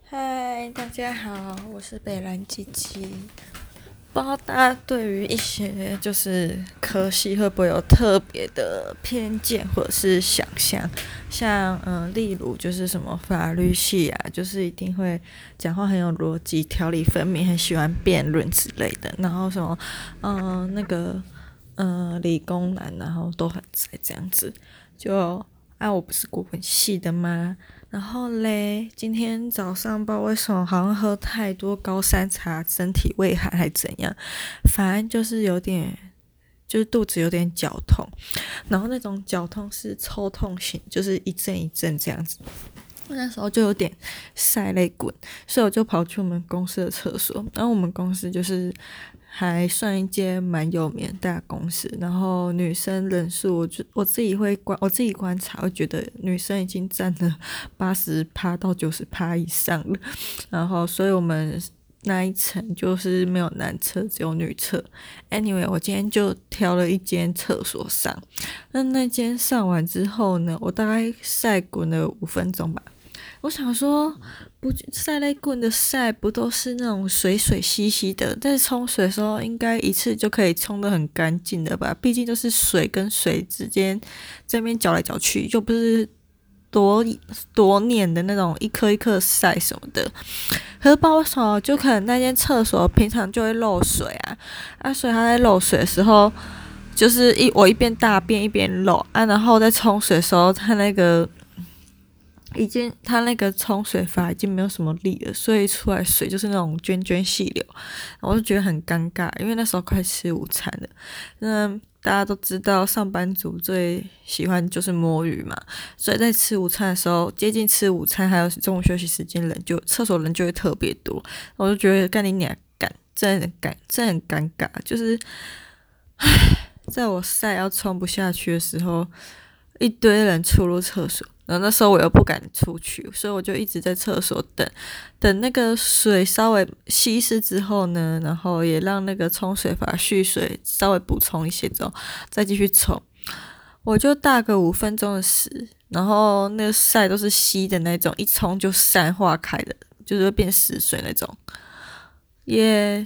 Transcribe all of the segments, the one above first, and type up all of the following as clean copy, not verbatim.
嗨，大家好，我是北兰鸡鸡。不知道大家对于一些就是科系会不会有特别的偏见或者是想象？像例如就是什么法律系啊，就是一定会讲话很有逻辑、条理分明，很喜欢辩论之类的。然后什么那个理工男，然后都很在这样子。我不是国文系的吗？然后嘞，今天早上不知道为什么好像喝太多高山茶，身体胃寒还怎样，反正就是有点，就是肚子有点绞痛，然后那种绞痛是抽痛型，就是一阵一阵这样子。那时候就有点晒泪滚，所以我就跑去我们公司的厕所。然后我们公司就是还算一间蛮有名的大公司，然后女生人数，我自己观察，我觉得女生已经占了80%到90%以上了。然后，所以我们那一层就是没有男厕，只有女厕。Anyway，我今天就挑了一间厕所上。那间上完之后呢，我大概晒滚了5分钟吧。我想说，不晒类棍的晒不都是那种水水稀稀的，但是冲水的时候应该一次就可以冲得很干净的吧？毕竟都是水跟水之间这边搅来搅去，又不是多黏的那种一颗一颗晒什么的。可是不知道为什么，就可能那间厕所平常就会漏水所以它在漏水的时候，就是我一边大便一边漏然后在冲水的时候，它那个冲水阀已经没有什么力了，所以出来水就是那种涓涓细流，我就觉得很尴尬，因为那时候快吃午餐了。那大家都知道，上班族最喜欢就是摸鱼嘛，所以在吃午餐的时候，接近吃午餐还有中午休息时间，厕所人就会特别多，我就觉得干你娘干，真的很尴尬，就是在我晒要冲不下去的时候，一堆人出入厕所。然后那时候我又不敢出去，所以我就一直在厕所等那个水稍微稀释之后呢，然后也让那个冲水阀蓄水稍微补充一些之后，再继续冲。我就大个5分钟的时，然后那个晒都是稀的那种，一冲就散化开的，就是会变死水那种，也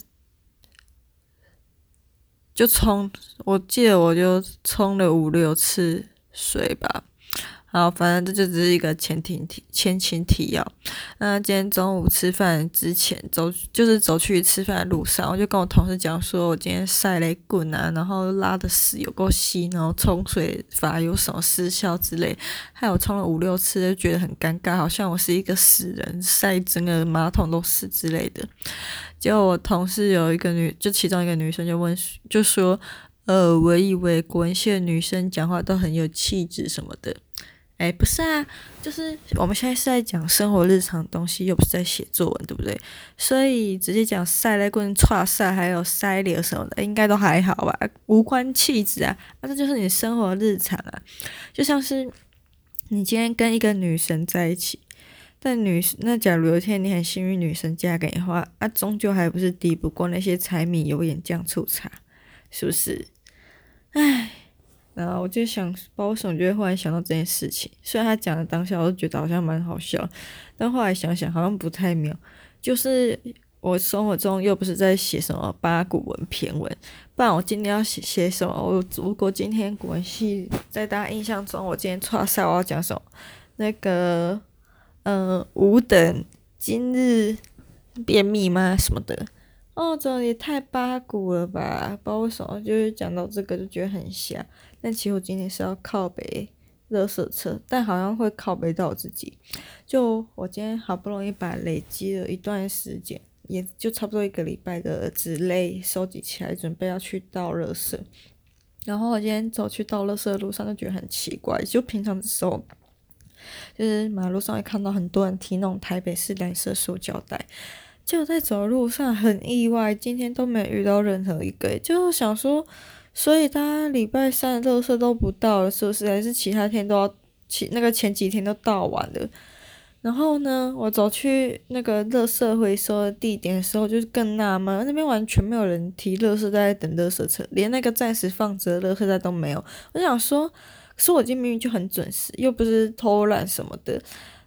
就冲，我记得我就冲了5、6次水吧。好，反正这就只是一个前情提要。那今天中午吃饭之前走去吃饭的路上，我就跟我同事讲说，我今天晒雷棍然后拉的屎有够稀，然后冲水阀有什么失效之类，害我冲了5、6次，就觉得很尴尬，好像我是一个死人，晒整个马桶都是之类的。结果我同事就其中一个女生就说，我以为国文系的女生讲话都很有气质什么的。不是啊，就是我们现在是在讲生活日常的东西，又不是在写作文，对不对？所以直接讲晒雷棍、串晒还有晒脸什么的，应该都还好吧，无关气质这就是你生活日常就像是你今天跟一个女生在一起，那假如有一天你很幸运，女生嫁给你的话，终究还不是抵不过那些柴米油盐酱醋茶，是不是？唉。然后我就想，不知道为什么就会忽然想到这件事情。虽然他讲的当下，我都觉得好像蛮好笑，但后来想想好像不太妙。就是我生活中又不是在写什么八股文篇文，不然我今天要写什么？如果今天古文系在大家印象中，我今天刷赛我要讲什么？那个吾等今日便秘吗？什么的。这也太八股了吧！不知道为什么，就是讲到这个就觉得很瞎。但其实我今天是要靠北垃圾车，但好像会靠北到我自己。就我今天好不容易把累积了一段时间，也就差不多1个礼拜的纸类收集起来，准备要去倒垃圾。然后我今天走去倒垃圾的路上，就觉得很奇怪。就平常的时候，就是马路上会看到很多人提那种台北市蓝色塑胶袋。就在走的路上很意外，今天都没遇到任何一个，就想说，所以大家礼拜三的垃圾都不到了，是不是？还是其他天都要前几天都到完了？然后呢，我走去那个垃圾回收的地点的时候，就是更纳闷，那边完全没有人提垃圾袋等垃圾车，连那个暂时放着的垃圾袋都没有。我想说，可是我今天明明就很准时，又不是偷懒什么的。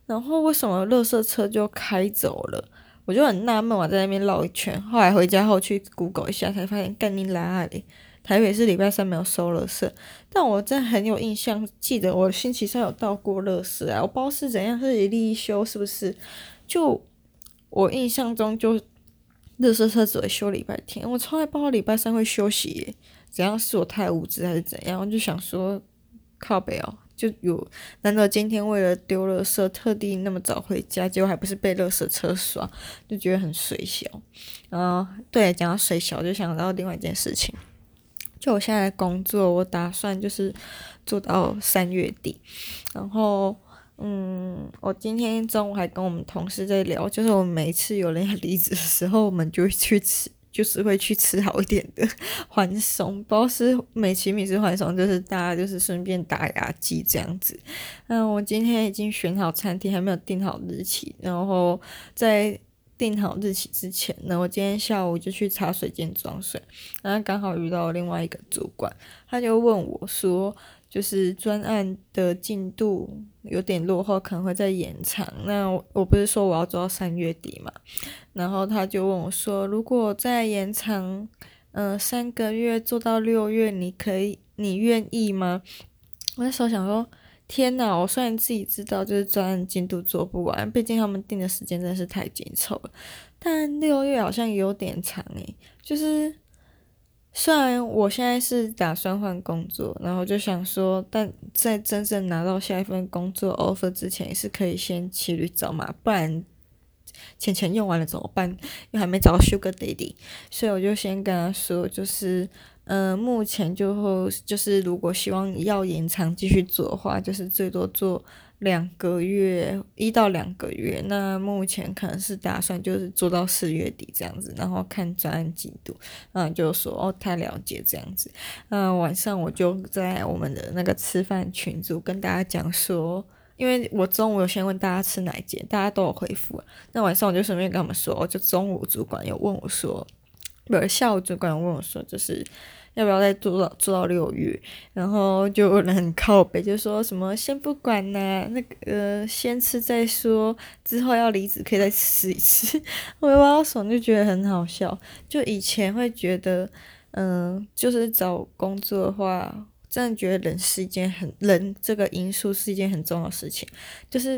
然后为什么垃圾车就开走了？我就很纳闷，我在那边绕一圈，后来回家后去 Google 一下，才发现干你拉里，台北是礼拜三没有收垃圾，但我真的很有印象，记得我星期三有倒过垃圾啊，我不知道是怎样，是一例一休是不是？就我印象中就垃圾车只会休礼拜天，我从来不知道礼拜三会休息耶，怎样是我太无知还是怎样？我就想说靠北哦。就有，难得今天为了丢垃圾特地那么早回家，结果还不是被垃圾车刷，就觉得很水小。然后对，讲到水小，就想到另外一件事情，就我现在的工作，我打算就是做到3月底，然后我今天中午还跟我们同事在聊，就是我们每一次有人要离职的时候，我们就会去吃。就是会去吃好一点的欢送，不知道是美其名是欢送，就是大家就是顺便打牙祭这样子。我今天已经选好餐厅，还没有定好日期，然后在定好日期之前呢，我今天下午就去茶水间装水，然后刚好遇到另外一个主管，他就问我说，就是专案的进度有点落后，可能会再延长。那我不是说我要做到3月底嘛？然后他就问我说，如果再延长3个月做到6月，你愿意吗？我那时候想说，天哪！我虽然自己知道就是专案进度做不完，毕竟他们定的时间真的是太紧凑了，但6月好像有点长诶。就是虽然我现在是打算换工作，然后就想说，但在真正拿到下一份工作 offer 之前，也是可以先骑驴找马，不然钱用完了怎么办？又还没找到 Sugar Daddy，所以我就先跟他说，就是目前就是如果希望要延长继续做的话，就是最多做2个月，1到2个月。那目前可能是打算就是做到4月底这样子，然后看专案进度。就说他了解这样子。晚上我就在我们的那个吃饭群组跟大家讲说。因为我中午有先问大家吃哪一间，大家都有回复。那晚上我就顺便跟他们说，就中午主管有问我说，不是下午主管有问我说，就是要不要再做到6月，然后就有人很靠北，就说什么先不管啦，那个先吃再说，之后要离职可以再吃一次。我挖到手就觉得很好笑，就以前会觉得，就是找工作的话。真的觉得人这个因素是一件很重要的事情，就是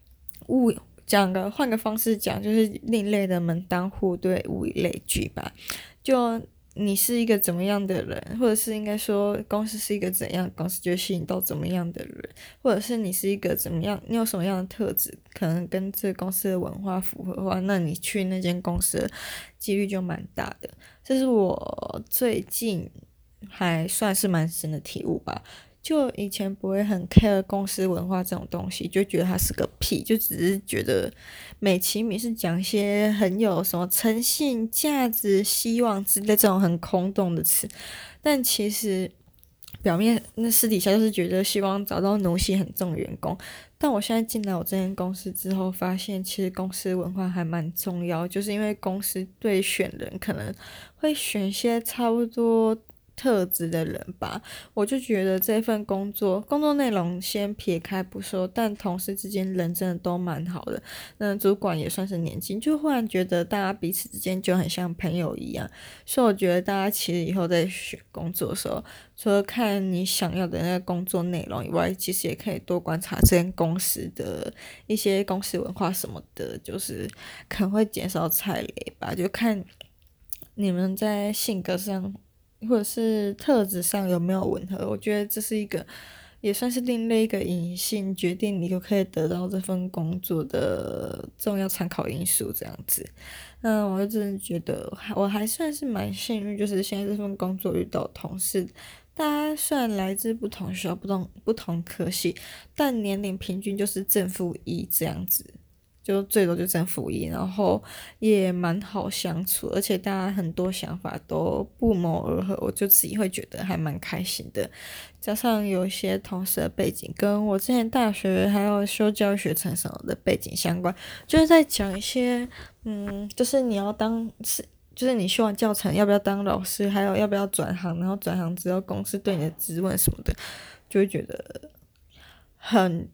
换个方式讲，就是另类的门当户对，物以类聚吧。就你是一个怎么样的人，或者是应该说公司是一个怎样，公司就吸引到怎么样的人，或者是你是一个怎么样，你有什么样的特质，可能跟这个公司的文化符合的话，那你去那间公司的几率就蛮大的。这是我最近。还算是蛮深的体悟吧。就以前不会很 care 公司文化这种东西，就觉得它是个屁，就只是觉得美其名是讲一些很有什么诚信、价值、希望之类这种很空洞的词，但其实表面那私底下就是觉得希望找到奴性很重的员工。但我现在进来我这间公司之后，发现其实公司文化还蛮重要，就是因为公司对选人可能会选一些差不多。特质的人吧，我就觉得这份工作内容先撇开不说，但同事之间人真的都蛮好的。那主管也算是年轻，就忽然觉得大家彼此之间就很像朋友一样。所以我觉得大家其实以后在选工作的时候，除了看你想要的那个工作内容以外，其实也可以多观察这间公司的一些公司文化什么的，就是可能会减少踩雷吧。就看你们在性格上。或者是特质上有没有吻合，我觉得这是一个也算是另类一个隐性决定你可不可以得到这份工作的重要参考因素，这样子。我就真的觉得我还算是蛮幸运，就是现在这份工作遇到同事，大家虽然来自不同学校、不同科系，但年龄平均就是正负1这样子。就最多就正负1，然后也蛮好相处，而且大家很多想法都不谋而合，我就自己会觉得还蛮开心的。加上有一些同事的背景跟我之前大学还有修教育学程什么的背景相关，就是在讲一些就是你要就是你修完教程要不要当老师，还有要不要转行，然后转行之后公司对你的质问什么的，就会觉得很。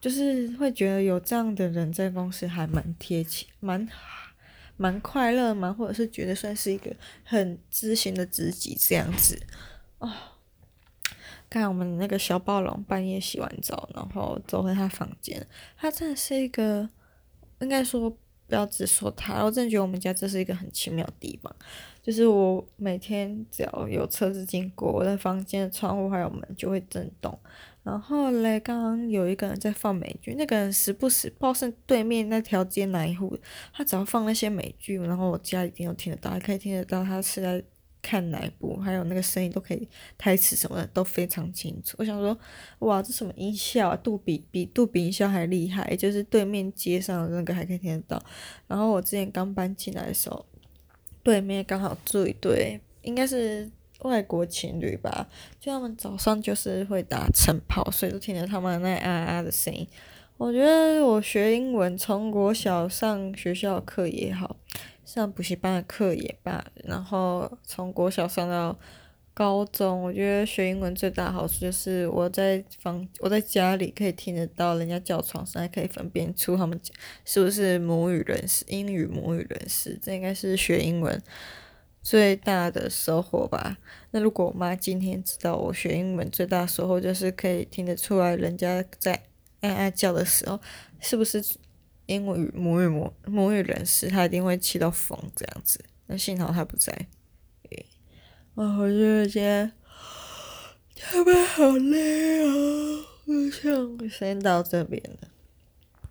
就是会觉得有这样的人在公司还蛮贴切，蛮快乐嘛，或者是觉得算是一个很知心的知己这样子。哦，看我们那个小暴龙半夜洗完澡，然后走回他房间，他真的是一个，应该说不要只说他，我真的觉得我们家这是一个很奇妙的地方。就是我每天只要有车子经过，我的房间的窗户还有门就会震动。然后嘞，刚刚有一个人在放美剧，那个人时不时不知道是对面那条街哪一户，他只要放那些美剧，然后我家一定有听得到，还可以听得到他是在看哪一部，还有那个声音都可以，台词什么的都非常清楚。我想说，哇，这什么音效啊？比杜比音效还厉害，就是对面街上的那个还可以听得到。然后我之前刚搬进来的时候，对面刚好住一对，应该是外国情侣吧，就他们早上就是会打晨跑，所以就听着他们那啊啊的声音。我觉得我学英文，从国小上学校的课也好，上补习班的课也罢，然后从国小上到高中，我觉得学英文最大的好处就是我在家里可以听得到人家叫床声，还可以分辨出他们是不是母语人士，英语母语人士，这应该是学英文最大的收获吧。那如果我妈今天知道我学英文最大的收获就是可以听得出来人家在叫的时候，是不是英语母语人士，她一定会气到疯这样子。那幸好她不在。我觉得今天他们好累哦，我想先到这边了。